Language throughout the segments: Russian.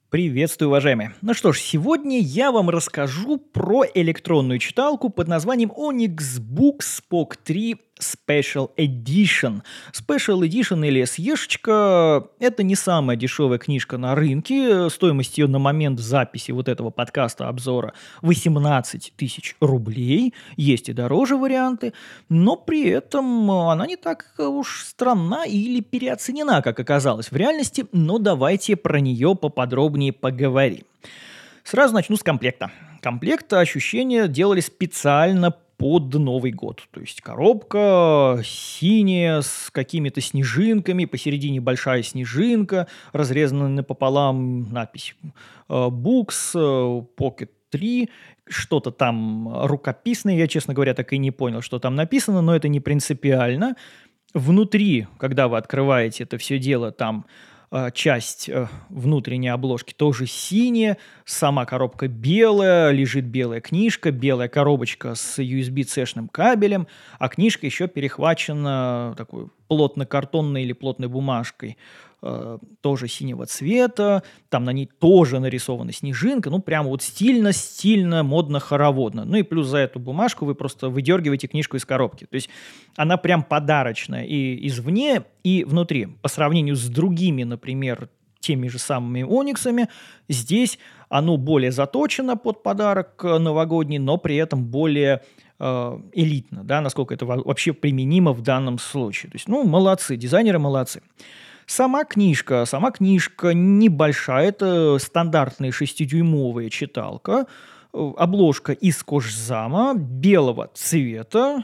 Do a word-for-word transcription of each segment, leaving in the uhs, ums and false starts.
Приветствую, уважаемые. Ну что ж, сегодня я вам расскажу про электронную читалку под названием Onyx Books пок три Special Edition. Special Edition или эс и-шечка – это не самая дешевая книжка на рынке. Стоимость ее на момент записи вот этого подкаста обзора восемнадцать тысяч рублей. Есть и дороже варианты, но при этом она не так уж странна или переоценена, как оказалось в реальности, но давайте про нее поподробнее поговорим. Сразу начну с комплекта. Комплект ощущения делали специально под Новый год. То есть коробка синяя с какими-то снежинками, посередине большая снежинка, разрезанная напополам надпись Books Pocket три, что-то там рукописное, я, честно говоря, так и не понял, что там написано, но это не принципиально. Внутри, когда вы открываете это все дело, там э, часть э, внутренней обложки тоже синяя, сама коробка белая, лежит белая книжка, белая коробочка с ю эс би-цешным кабелем, а книжка еще перехвачена такой плотно-картонной или плотной бумажкой, э, тоже синего цвета, там на ней тоже нарисована снежинка, ну прямо вот стильно-стильно, модно-хороводно. Ну и плюс за эту бумажку вы просто выдергиваете книжку из коробки. То есть она прям подарочная и извне, и внутри. По сравнению с другими, например, теми же самыми Ониксами, здесь оно более заточено под подарок новогодний, но при этом более э, элитно, да, насколько это вообще применимо в данном случае. То есть, ну, молодцы, дизайнеры молодцы. Сама книжка, сама книжка небольшая, это стандартная шестидюймовая читалка, обложка из кожзама белого цвета,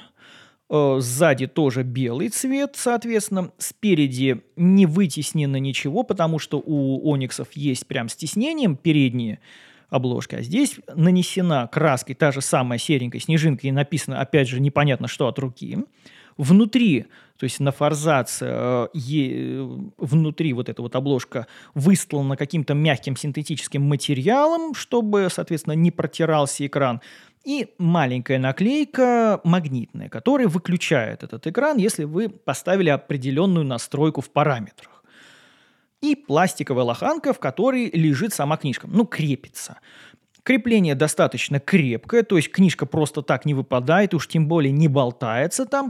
сзади тоже белый цвет, соответственно, спереди не вытеснено ничего, потому что у Ониксов есть прям с тиснением передние обложки, а здесь нанесена краской та же самая серенькая снежинка и написано, опять же, непонятно что от руки. Внутри, то есть на форзаце, е, внутри вот эта вот обложка выстлана каким-то мягким синтетическим материалом, чтобы, соответственно, не протирался экран. И маленькая наклейка магнитная, которая выключает этот экран, если вы поставили определенную настройку в параметрах. И пластиковая лоханка, в которой лежит сама книжка. Ну, крепится. Крепление достаточно крепкое, то есть книжка просто так не выпадает, уж тем более не болтается там.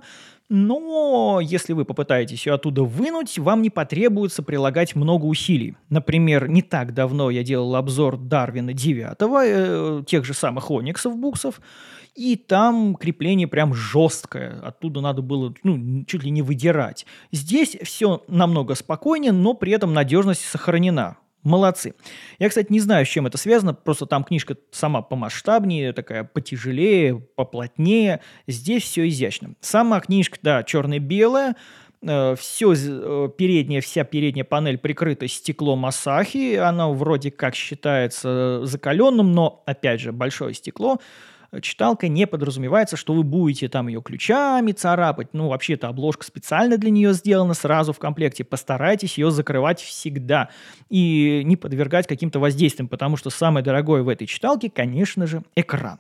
Но если вы попытаетесь ее оттуда вынуть, вам не потребуется прилагать много усилий. Например, не так давно я делал обзор Дарвина девятого, э, тех же самых Ониксов, буксов, и там крепление прям жесткое, оттуда надо было ну, чуть ли не выдирать. Здесь все намного спокойнее, но при этом надежность сохранена. Молодцы. Я, кстати, не знаю, с чем это связано, просто там книжка сама помасштабнее, такая потяжелее, поплотнее. Здесь все изящно. Сама книжка, да, черно-белая, э, все э, передняя, вся передняя панель прикрыта стеклом Asahi, она вроде как считается закаленным, но, опять же, большое стекло. Читалка не подразумевается, что вы будете там ее ключами царапать. Ну, вообще-то обложка специально для нее сделана сразу в комплекте. Постарайтесь ее закрывать всегда и не подвергать каким-то воздействиям, потому что самое дорогое в этой читалке, конечно же, экран.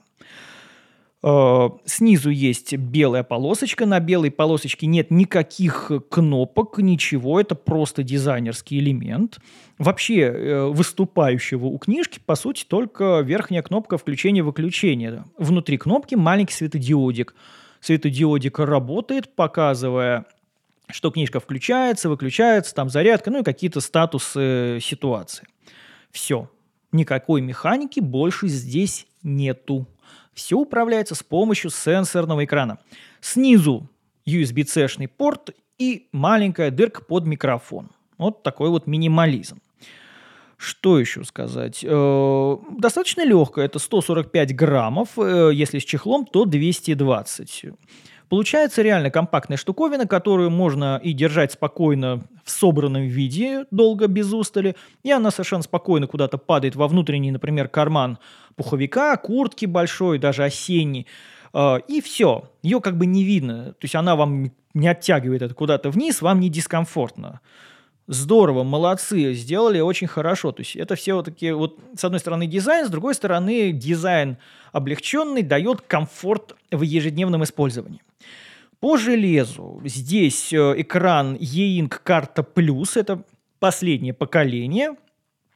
Снизу есть белая полосочка, на белой полосочке нет никаких кнопок, ничего, это просто дизайнерский элемент. Вообще выступающего у книжки, по сути, только верхняя кнопка включения-выключения. Внутри кнопки маленький светодиодик. Светодиодик работает, показывая, что книжка включается, выключается, там зарядка, ну и какие-то статусы ситуации. Все. Никакой механики больше здесь нету. Все управляется с помощью сенсорного экрана. Снизу ю эс би-цешный порт и маленькая дырка под микрофон. Вот такой вот минимализм. Что еще сказать? Э, достаточно легкая, это сто сорок пять граммов, э, если с чехлом, то двести двадцать. Получается реально компактная штуковина, которую можно и держать спокойно в собранном виде, долго, без устали, и она совершенно спокойно куда-то падает во внутренний, например, карман пуховика, куртки большой, даже осенней, и все. Ее как бы не видно, то есть она вам не оттягивает это куда-то вниз, вам не дискомфортно. Здорово, молодцы, сделали очень хорошо. То есть это все вот такие вот, с одной стороны дизайн, с другой стороны дизайн облегченный дает комфорт в ежедневном использовании. По железу здесь экран E-Ink Carta Plus, это последнее поколение.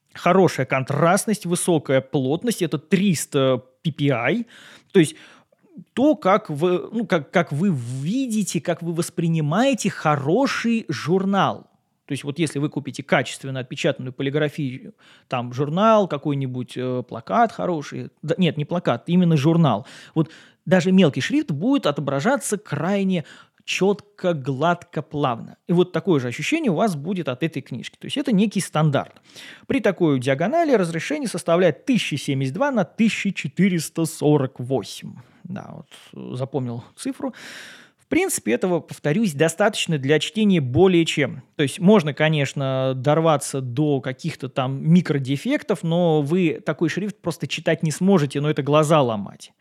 хорошая контрастность, высокая плотность, это триста пи пи ай, то есть то, как вы, ну, как, как вы видите, как вы воспринимаете хороший журнал. То есть вот если вы купите качественно отпечатанную полиграфию, там журнал, какой-нибудь э, плакат хороший, да, нет, не плакат, именно журнал, вот даже мелкий шрифт будет отображаться крайне четко, гладко, плавно. И вот такое же ощущение у вас будет от этой книжки. То есть это некий стандарт. При такой диагонали разрешение составляет тысяча семьдесят два на тысяча четыреста сорок восемь. Да, вот запомнил цифру. В принципе, этого, повторюсь, достаточно для чтения более чем. То есть можно, конечно, дорваться до каких-то там микродефектов, но вы такой шрифт просто читать не сможете, но это глаза ломать.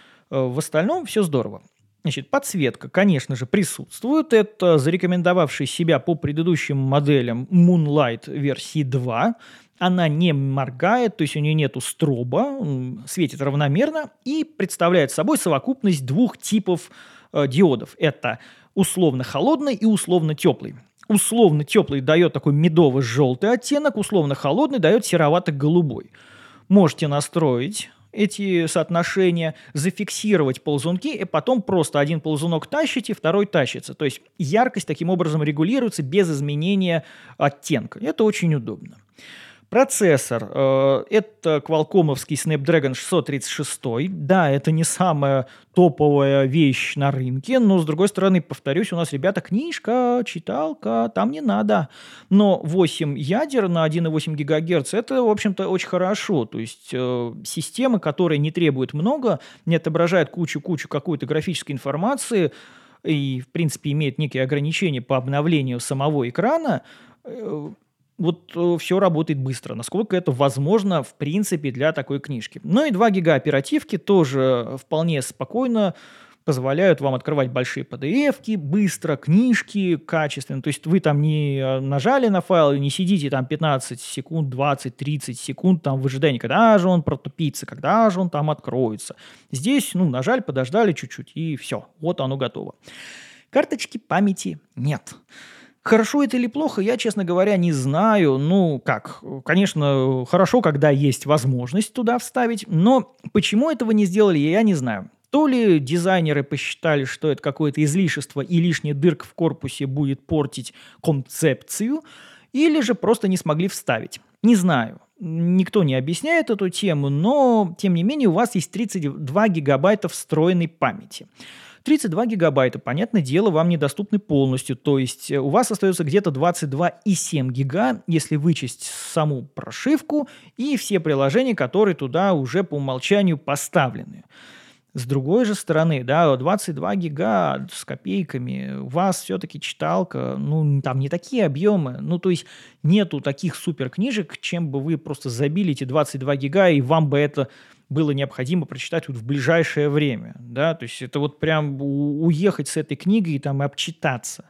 В остальном все здорово. Значит, подсветка, конечно же, присутствует. Это зарекомендовавший себя по предыдущим моделям Moonlight версии два. Она не моргает, то есть у нее нету строба, светит равномерно и представляет собой совокупность двух типов э, диодов. Это условно холодный и условно теплый. Условно теплый дает такой медово-желтый оттенок, условно холодный дает серовато-голубой. Можете настроить эти соотношения, зафиксировать ползунки, и потом просто один ползунок тащите, второй тащится. То есть яркость таким образом регулируется без изменения оттенка. Это очень удобно. Процессор. Э, это квалкомовский Snapdragon шестьсот тридцать шесть. Да, это не самая топовая вещь на рынке, но, с другой стороны, повторюсь, у нас, ребята, книжка, читалка, там не надо. Но восемь ядер на один и восемь гигагерц – это, в общем-то, очень хорошо. То есть э, системы, которые не требуют много, не отображают кучу-кучу какой-то графической информации и, в принципе, имеют некие ограничения по обновлению самого экрана, э, вот э, все работает быстро, насколько это возможно, в принципе, для такой книжки. Ну и два гига оперативки тоже вполне спокойно позволяют вам открывать большие пи ди эф-ки, быстро, книжки качественно. То есть вы там не э, нажали на файл, не сидите там пятнадцать секунд, двадцать, тридцать секунд там в ожидании, когда же он протупится, когда же он там откроется. Здесь, ну, нажали, подождали чуть-чуть, и все, вот оно готово. Карточки памяти нет. Хорошо это или плохо, я, честно говоря, не знаю. Ну, как, конечно, хорошо, когда есть возможность туда вставить, но почему этого не сделали, я не знаю. То ли дизайнеры посчитали, что это какое-то излишество и лишняя дырка в корпусе будет портить концепцию, или же просто не смогли вставить. Не знаю. Никто не объясняет эту тему, но, тем не менее, у вас есть тридцать два гигабайта встроенной памяти. тридцать два гигабайта, понятное дело, вам недоступны полностью, то есть у вас остается где-то двадцать два и семь гига, если вычесть саму прошивку и все приложения, которые туда уже по умолчанию поставлены. С другой же стороны, да, двадцать два гига с копейками, у вас все-таки читалка, ну, там не такие объемы, ну, то есть нету таких супер книжек, чем бы вы просто забили эти двадцать два гига, и вам бы это было необходимо прочитать вот в ближайшее время, да, то есть это вот прям уехать с этой книгой и там обчитаться.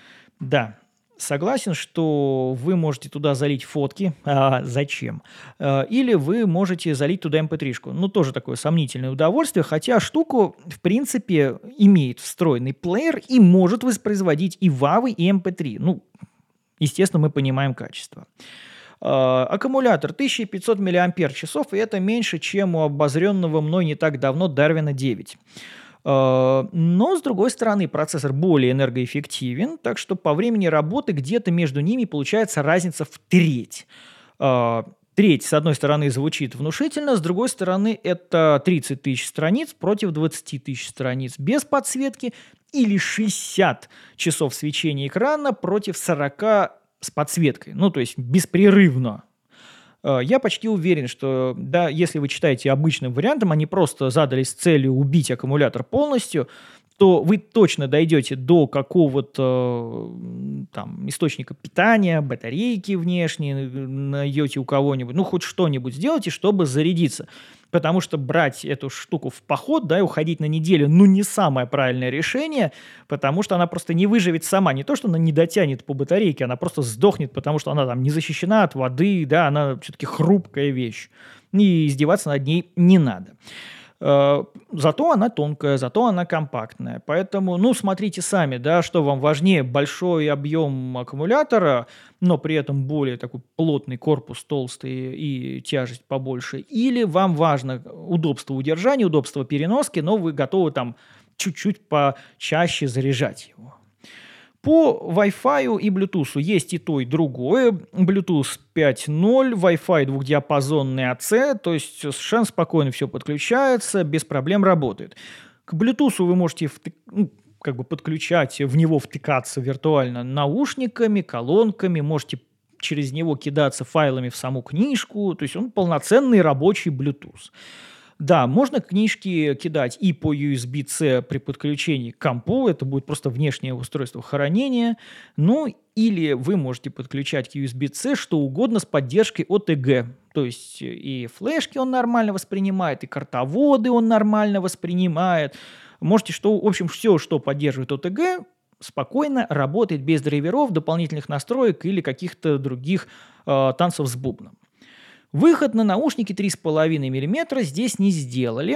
Да, согласен, что вы можете туда залить фотки, а зачем? А, или вы можете залить туда эм пэ три-шку. Ну, тоже такое сомнительное удовольствие, хотя штуку, в принципе, имеет встроенный плеер и может воспроизводить и вавы, и эм пэ три. Ну, естественно, мы понимаем качество. Uh, аккумулятор тысяча пятьсот миллиампер-часов, и это меньше, чем у обозренного мной не так давно Дарвина девять. Uh, но, с другой стороны, процессор более энергоэффективен, так что по времени работы где-то между ними получается разница в треть. Uh, треть, с одной стороны, звучит внушительно, с другой стороны, это тридцать тысяч страниц против двадцать тысяч страниц без подсветки или шестьдесят часов свечения экрана против сорок с подсветкой, ну, то есть беспрерывно. Я почти уверен, что, да, если вы читаете обычным вариантом, они просто задались целью убить аккумулятор полностью, то вы точно дойдете до какого-то там источника питания, батарейки внешней, найдете у кого-нибудь, ну, хоть что-нибудь сделайте, чтобы зарядиться. Потому что брать эту штуку в поход, да, и уходить на неделю, ну, не самое правильное решение, потому что она просто не выживет сама. Не то, что она не дотянет по батарейке, она просто сдохнет, потому что она там не защищена от воды, да, она все-таки хрупкая вещь. И издеваться над ней не надо. Э, зато она тонкая, зато она компактная. Поэтому, ну, смотрите сами, да, что вам важнее: большой объем аккумулятора, но при этом более такой плотный корпус, толстый и тяжесть побольше, или вам важно удобство удержания, удобство переноски, но вы готовы там чуть-чуть почаще заряжать его. По Wi-Fi и Bluetooth есть и то, и другое. Bluetooth пять ноль, Wi-Fi двухдиапазонный эй си, то есть совершенно спокойно все подключается, без проблем работает. К Bluetooth вы можете вты- ну, как бы подключать, в него втыкаться виртуально наушниками, колонками, можете через него кидаться файлами в саму книжку, то есть он полноценный рабочий Bluetooth. Да, можно книжки кидать и по ю эс би-C при подключении к компу, это будет просто внешнее устройство хранения, ну или вы можете подключать к ю эс би-C что угодно с поддержкой о тэ гэ, то есть и флешки он нормально воспринимает, и картоводы он нормально воспринимает, можете что, в общем, все, что поддерживает о тэ гэ, спокойно работает без драйверов, дополнительных настроек или каких-то других э, танцев с бубном. Выход на наушники три с половиной миллиметра здесь не сделали.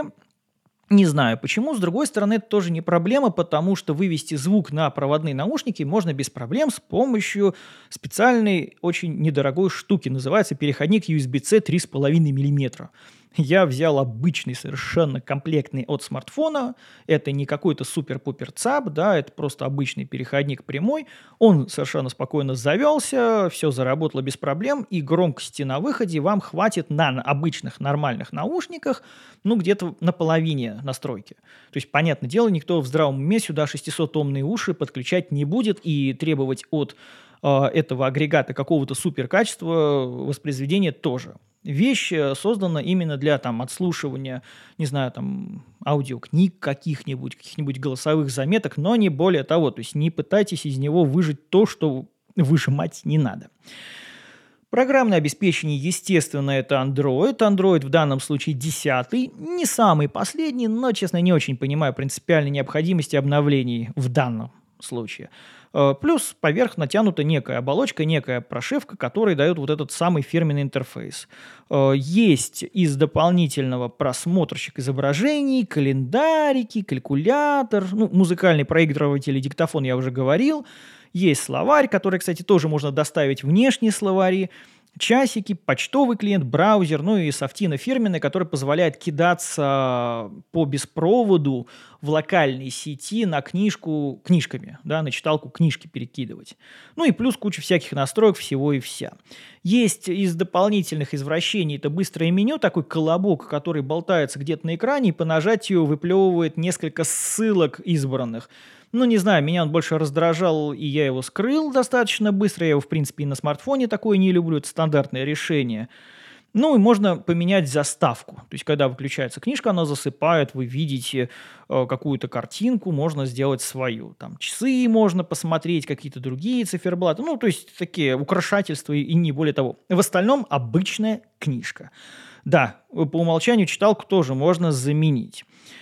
Не знаю почему. С другой стороны, это тоже не проблема, потому что вывести звук на проводные наушники можно без проблем с помощью специальной, очень недорогой штуки. Называется переходник ю эс би-C три с половиной миллиметра. Я взял обычный совершенно комплектный от смартфона. Это не какой-то супер-пупер ЦАП, да, это просто обычный переходник прямой. Он совершенно спокойно завелся, все заработало без проблем, и громкости на выходе вам хватит на обычных нормальных наушниках, ну, где-то на половине настройки. То есть, понятное дело, никто в здравом уме сюда шестисот-омные уши подключать не будет и требовать от э, этого агрегата какого-то суперкачества воспроизведения тоже. Вещь создана именно для там, отслушивания, не знаю, там, аудиокниг каких-нибудь, каких-нибудь голосовых заметок, но не более того. То есть не пытайтесь из него выжать то, что выжимать не надо. Программное обеспечение, естественно, это Android. Android в данном случае десятый, не самый последний, но, честно, не очень понимаю принципиальной необходимости обновлений в данном случае. Плюс поверх натянута некая оболочка, некая прошивка, которая дает вот этот самый фирменный интерфейс. Есть из дополнительного просмотрщик изображений, календарики, калькулятор, ну, музыкальный проигрыватель и диктофон я уже говорил. Есть словарь, который, кстати, тоже можно доставить, внешние словари, часики, почтовый клиент, браузер, ну и софтина фирменная, которая позволяет кидаться по беспроводу в локальной сети на книжку книжками, да, на читалку книжки перекидывать. Ну и плюс куча всяких настроек всего и вся. Есть из дополнительных извращений это быстрое меню, такой колобок, который болтается где-то на экране и по нажатию выплевывает несколько ссылок избранных. Ну, не знаю, меня он больше раздражал, и я его скрыл достаточно быстро. Я его, в принципе, и на смартфоне такое не люблю. Это стандартное решение. Ну, и можно поменять заставку. То есть, когда выключается книжка, она засыпает, вы видите э, какую-то картинку, можно сделать свою. Там часы можно посмотреть, какие-то другие циферблаты. Ну, то есть, такие украшательства и, и не более того. В остальном обычная книжка. Да, по умолчанию читалку тоже можно заменить.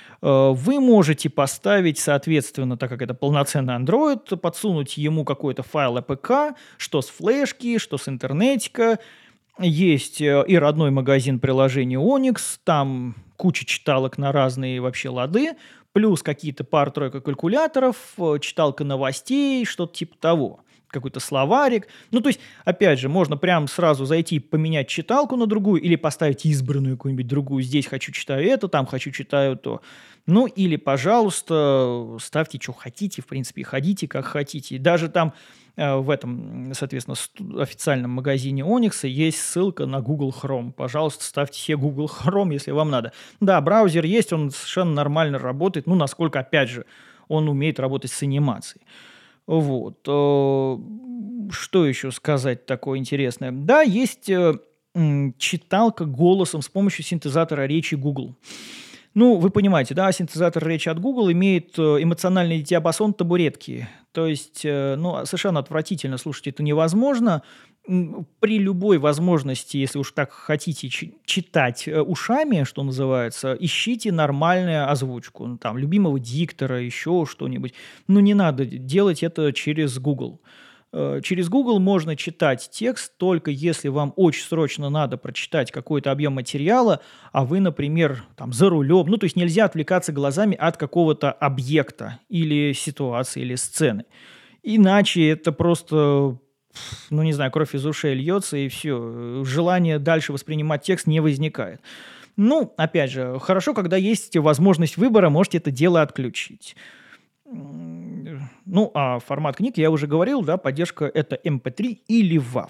Вы можете поставить, соответственно, так как это полноценный Android, подсунуть ему какой-то файл эй пи кей, что с флешки, что с интернетика. Есть и родной магазин приложений Onyx, там куча читалок на разные вообще лады, плюс какие-то пара-тройка калькуляторов, читалка новостей, что-то типа того. Какой-то словарик. Ну, то есть, опять же, можно прям сразу зайти, поменять читалку на другую или поставить избранную какую-нибудь другую. Здесь хочу читаю это, там хочу читаю то. Ну, или, пожалуйста, ставьте, что хотите, в принципе, ходите, как хотите. Даже там э, в этом, соответственно, официальном магазине Onyx есть ссылка на Google Chrome. Пожалуйста, ставьте себе Google Chrome, если вам надо. Да, браузер есть, он совершенно нормально работает. Ну, насколько, опять же, он умеет работать с анимацией. Вот. Что еще сказать такое интересное? Да, есть читалка голосом с помощью синтезатора речи Google. Ну, вы понимаете, да, синтезатор речи от Google имеет эмоциональный диапазон табуретки. То есть, ну, совершенно отвратительно слушать это невозможно. При любой возможности, если уж так хотите читать ушами, что называется, ищите нормальную озвучку. Ну, там, любимого диктора, еще что-нибудь. Но не надо делать это через Google. Э, через Google можно читать текст только если вам очень срочно надо прочитать какой-то объем материала, а вы, например, там за рулем. Ну, то есть нельзя отвлекаться глазами от какого-то объекта или ситуации, или сцены. Иначе это просто, пф, ну, не знаю, кровь из ушей льется, и все. Желание дальше воспринимать текст не возникает. Ну, опять же, хорошо, когда есть возможность выбора, можете это дело отключить. М, Ну, а формат книг, я уже говорил, да, поддержка это эм пэ три или вав.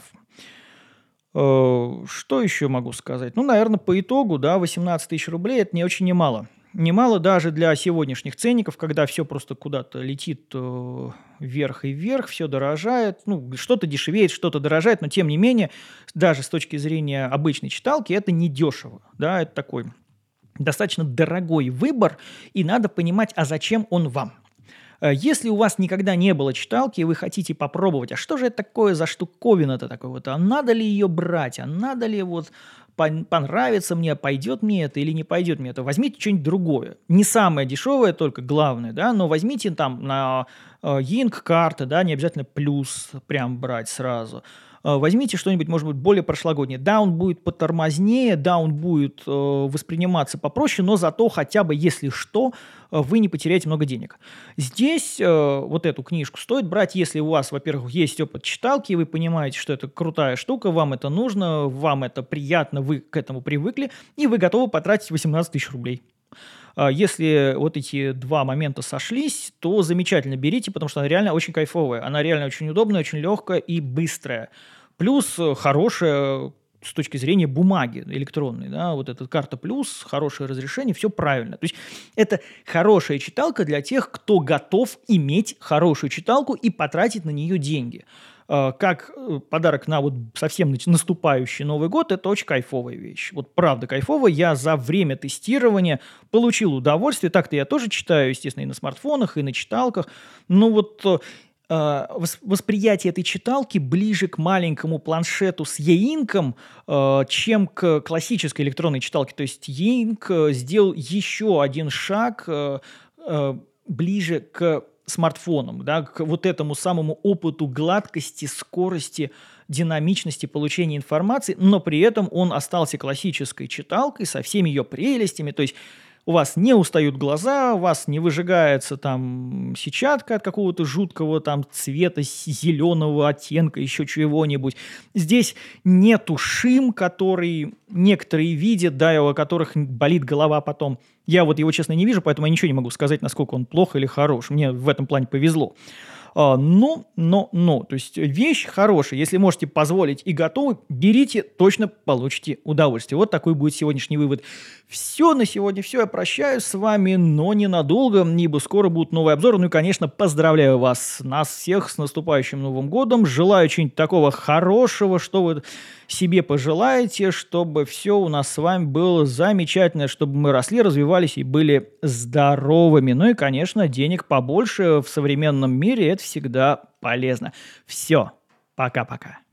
Э, Что еще могу сказать? Ну, наверное, по итогу, да, восемнадцать тысяч рублей – это не очень немало. Немало даже для сегодняшних ценников, когда все просто куда-то летит э, вверх и вверх, все дорожает. Ну, что-то дешевеет, что-то дорожает, но тем не менее, даже с точки зрения обычной читалки, это не дешево. Да, это такой достаточно дорогой выбор, и надо понимать, а зачем он вам. Э, Если у вас никогда не было читалки, и вы хотите попробовать, а что же это такое за штуковина-то такое вот, а надо ли ее брать, а надо ли вот пон- понравится мне, пойдет мне это или не пойдет мне это, возьмите что-нибудь другое. Не самое дешевое, только главное, да, но возьмите там на э, Ying карты, да, не обязательно плюс прям брать сразу. Э, Возьмите что-нибудь, может быть, более прошлогоднее. Да, он будет потормознее, да, он будет э, восприниматься попроще, но зато хотя бы, если что, э, вы не потеряете много денег. Здесь э, вот эту книжку стоит брать, если у вас, во-первых, есть опыт читалки, и вы понимаете, что это крутая штука, вам это нужно, вам это приятно, вы к этому привыкли, и вы готовы потратить восемнадцать тысяч рублей. А Если вот эти два момента сошлись, то замечательно берите, потому что она реально очень кайфовая. Она реально очень удобная, очень легкая и быстрая. Плюс э, хорошая с точки зрения бумаги электронной, да, вот эта карта плюс, хорошее разрешение, все правильно. То есть это хорошая читалка для тех, кто готов иметь хорошую читалку и потратить на нее деньги. Э, Как э, подарок на вот совсем нач- наступающий Новый год, это очень кайфовая вещь. Вот правда кайфовая. Я за время тестирования получил удовольствие. Так-то я тоже читаю, естественно, и на смартфонах, и на читалках. Но вот э, э, вос- восприятие этой читалки ближе к маленькому планшету с e-инком, э, чем к классической электронной читалке. То есть e-ink э, сделал еще один шаг э, э, ближе к смартфонам, да, к вот этому самому опыту гладкости, скорости, динамичности получения информации, но при этом он остался классической читалкой со всеми ее прелестями. То есть у вас не устают глаза, у вас не выжигается там сетчатка от какого-то жуткого там цвета, с- зеленого оттенка, еще чего-нибудь. Здесь нету шим, который некоторые видят, да, и у которых болит голова потом. Я вот его, честно, не вижу, поэтому я ничего не могу сказать, насколько он плох или хорош. Мне в этом плане повезло. А, но, но, но, то есть вещь хорошая. Если можете позволить и готовы, берите, точно получите удовольствие. Вот такой будет сегодняшний вывод. Все на сегодня, все. Я прощаюсь с вами, но ненадолго, ибо скоро будут новые обзоры. Ну и, конечно, поздравляю вас, нас всех с наступающим Новым годом. Желаю чего-нибудь такого хорошего, что вы себе пожелаете, чтобы все у нас с вами было замечательно, чтобы мы росли, развивались и были здоровыми. Ну и, конечно, денег побольше в современном мире – это всегда полезно. Все, пока-пока.